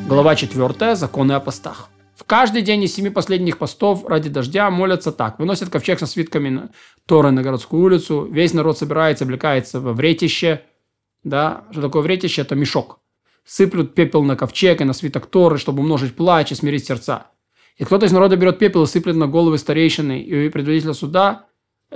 Глава 4. Законы о постах. В каждый день из 7 последних постов ради дождя молятся так. Выносят ковчег со свитками Торы на городскую улицу. Весь народ собирается, облекается во вретище. Да? Что такое вретище? Это мешок. Сыплют пепел на ковчег и на свиток Торы, чтобы умножить плач и смирить сердца. И кто-то из народа берет пепел и сыплет на головы старейшины и предводителя суда,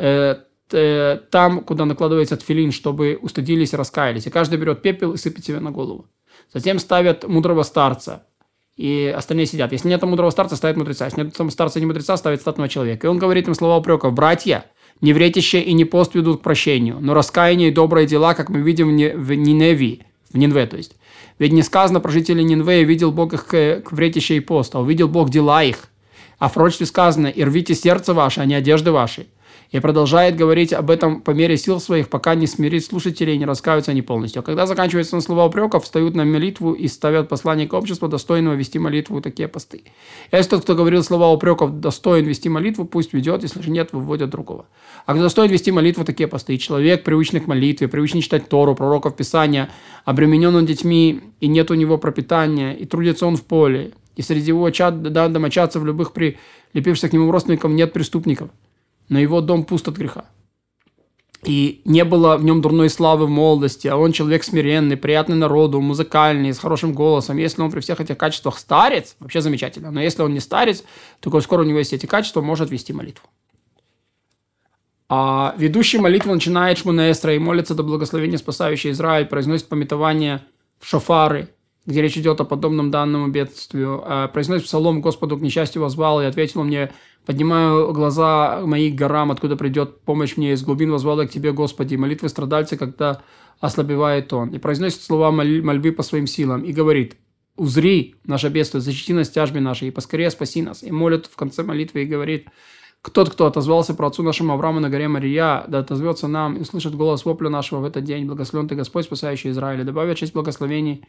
там, куда накладывается тфилин, чтобы устыдились и раскаялись. И каждый берет пепел и сыпет себе на голову. Затем ставят мудрого старца, и остальные сидят. Если нет мудрого старца, ставят мудреца. Если нет старца и не мудреца, ставят статного человека. И он говорит им слова упреков: «Братья, не вретище и не пост ведут к прощению, но раскаяние и добрые дела, как мы видим в Нинве, то есть. Ведь не сказано про жителей Нинве, видел Бог их к вретище и пост, а увидел Бог дела их. А в пророчестве сказано: и рвите сердце ваше, а не одежды ваши». И продолжает говорить об этом по мере сил своих, пока не смирит слушателей и не раскаются они полностью. А когда заканчиваются на слова упреков, встают на молитву и ставят послание к обществу, достойного вести молитву, такие посты. Если тот, кто говорил слова упреков, достоин вести молитву, пусть ведет, если же нет, выводят другого. А кто достоин вести молитву, такие посты. И человек, привычный к молитве, привычный читать Тору, пророков, Писания, обременен он детьми, и нет у него пропитания, и трудится он в поле, и среди его домочадцев, любых прилепившихся к нему родственников, нет преступников. Но его дом пуст от греха. И не было в нем дурной славы в молодости, а он человек смиренный, приятный народу, музыкальный, с хорошим голосом. Если он при всех этих качествах старец, вообще замечательно. Но если он не старец, то коль скоро у него есть эти качества, может вести молитву. А ведущий молитву начинает Шмона Эсра и молится до благословения спасающий Израиль, произносит памятование в шофары, где речь идет о подобном данному бедствию, произносит псалом: «Господу к несчастью воззвал, и ответил он мне: поднимаю глаза мои к горам, откуда придет помощь мне, из глубин воззвал я к тебе, Господи». Молитвы страдальца, когда ослабевает он. И произносит слова мольбы по своим силам, и говорит: «Узри наше бедствие, защити нас в тяжбе нашей, и поскорее спаси нас». И молит в конце молитвы и говорит: «Тот, кто отозвался про отцу нашему Аврааму на горе Мория, да отозвется нам и услышит голос вопля нашего в этот день. Благословен ты Господь, спасающий Израиль». Добавляя часть благословений,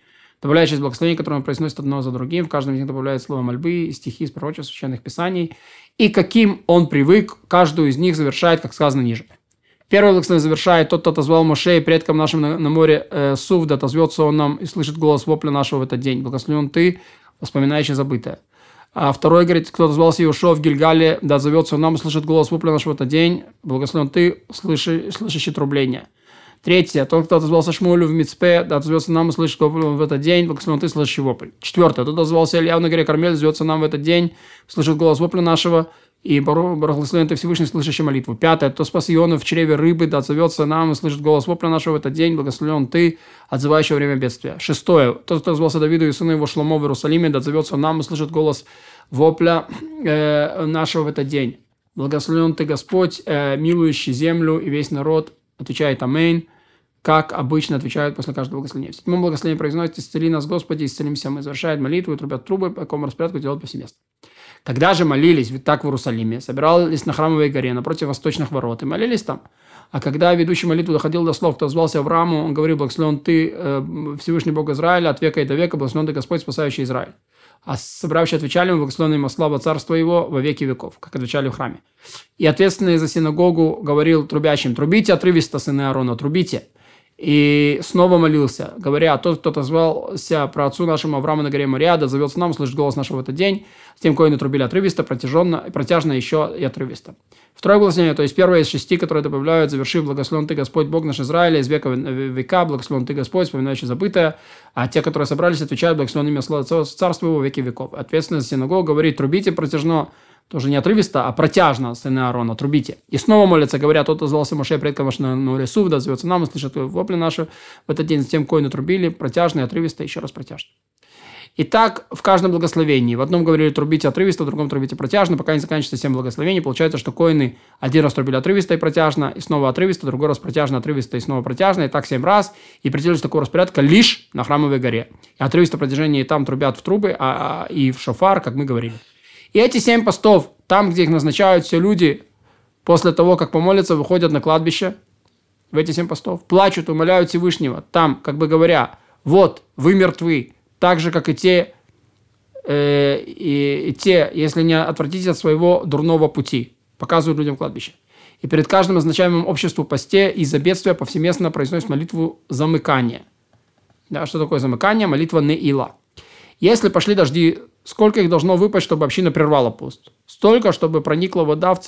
которые он произносит одно за другим. В каждом из них добавляет слово мольбы, стихи из пророчеств, священных писаний. И каким он привык, каждую из них завершает, как сказано ниже. Первое благословение завершает: «Тот, кто отозвал Моше и предкам нашим на море Сув, да отозвется он нам и слышит голос вопля нашего в этот день. Благословен ты, вспоминающий забытое». А второй говорит: «Кто отозвался Иошуа в Гильгале, да отзовется он нам и слышит голос вопля нашего в этот день. Благословен ты, слышащий трубление». Третье: «Тот, кто отозвался Шмуэлю в Мицпе, да отозвется нам и слышит вопль в этот день. Благословен ты, слышащий вопль». Четвертое: «Тот, кто отозвался Ильяу на горе Кармель, отозвется нам в этот день, слышит голос вопля нашего, и благословен ты Всевышний, слышащий молитву». Пятое: «Кто спас Иона в чреве рыбы, да отзовется нам и слышит голос вопля нашего в этот день. Благословен ты, отзывающий во время бедствия». Шестое: «Тот, кто отозвался Давиду и сыну его Шломо в Иерусалиме, да отзовется нам и слышит голос вопля нашего в этот день. Благословен ты, Господь, милующий землю». И весь народ отвечает «Аминь», как обычно отвечают после каждого благословения. В седьмом благословении произносит: «Исцели нас, Господи, исцелимся мы». Завершает молитву и трубят трубы, по какому распорядку делают повсеместно. Тогда же молились, ведь так в Иерусалиме, собирались на Храмовой горе, напротив восточных ворот, и молились там. А когда ведущий молитву доходил до слов: «Кто звался Аврааму», он говорил: «Благословен ты, Всевышний Бог Израиля, от века и до века, благословен ты, Господь, спасающий Израиль». А собравшие отвечали ему: «Благословен ему слава царства его во веки веков», как отвечали в храме. И ответственный за синагогу говорил трубящим: «Трубите отрывисто, сыны Аарона, трубите». И снова молился, говоря: «Тот, кто отозвался про отцу нашему Аврааму на горе Мория, да зовется нам, слышит голос нашего в этот день». Затем коины трубили отрывисто, протяжно еще и отрывисто. Второе благословение, то есть первое из 6, которые добавляют, завершив: «Благословен ты, Господь, Бог наш Израиля, из века в века, благословен ты, Господь, вспоминающий забытое». А те, которые собрались, отвечают: «Благословен имя слава царства его во веки веков». Ответственный за синагогу говорит: «Трубите протяжно». Тоже не отрывисто, а протяжно, сыны Аарона, трубите. И снова молятся, говорят: «Тот отозвался Моше предкам на море Сув, да отзовется нам и слышит вопли наши в этот день». Затем коины трубили протяжно и отрывисто, еще раз протяжно. И так в каждом благословении. В одном говорили: «Трубите отрывисто», в другом «Трубите протяжно», пока не заканчивается 7 благословений. Получается, что коины один раз трубили отрывисто и протяжно, и снова отрывисто, другой раз протяжно, отрывисто и снова протяжно, и так 7 раз. И придерживались такого распорядка лишь на Храмовой горе. И отрывисто протяжение и там трубят в трубы, и в шофар, как мы говорили. И эти 7 постов, там, где их назначают все люди, после того, как помолятся, выходят на кладбище, в эти 7 постов, плачут, умоляют Всевышнего, там, как бы говоря: «Вот, вы мертвы, так же, как и те, если не отвратитесь от своего дурного пути», показывают людям кладбище. И перед каждым назначаемым обществу посте из-за бедствия повсеместно произносят молитву замыкания. Да, что такое замыкание? Молитва Неила. Если пошли дожди, сколько их должно выпасть, чтобы община прервала пост? Столько, чтобы проникла вода в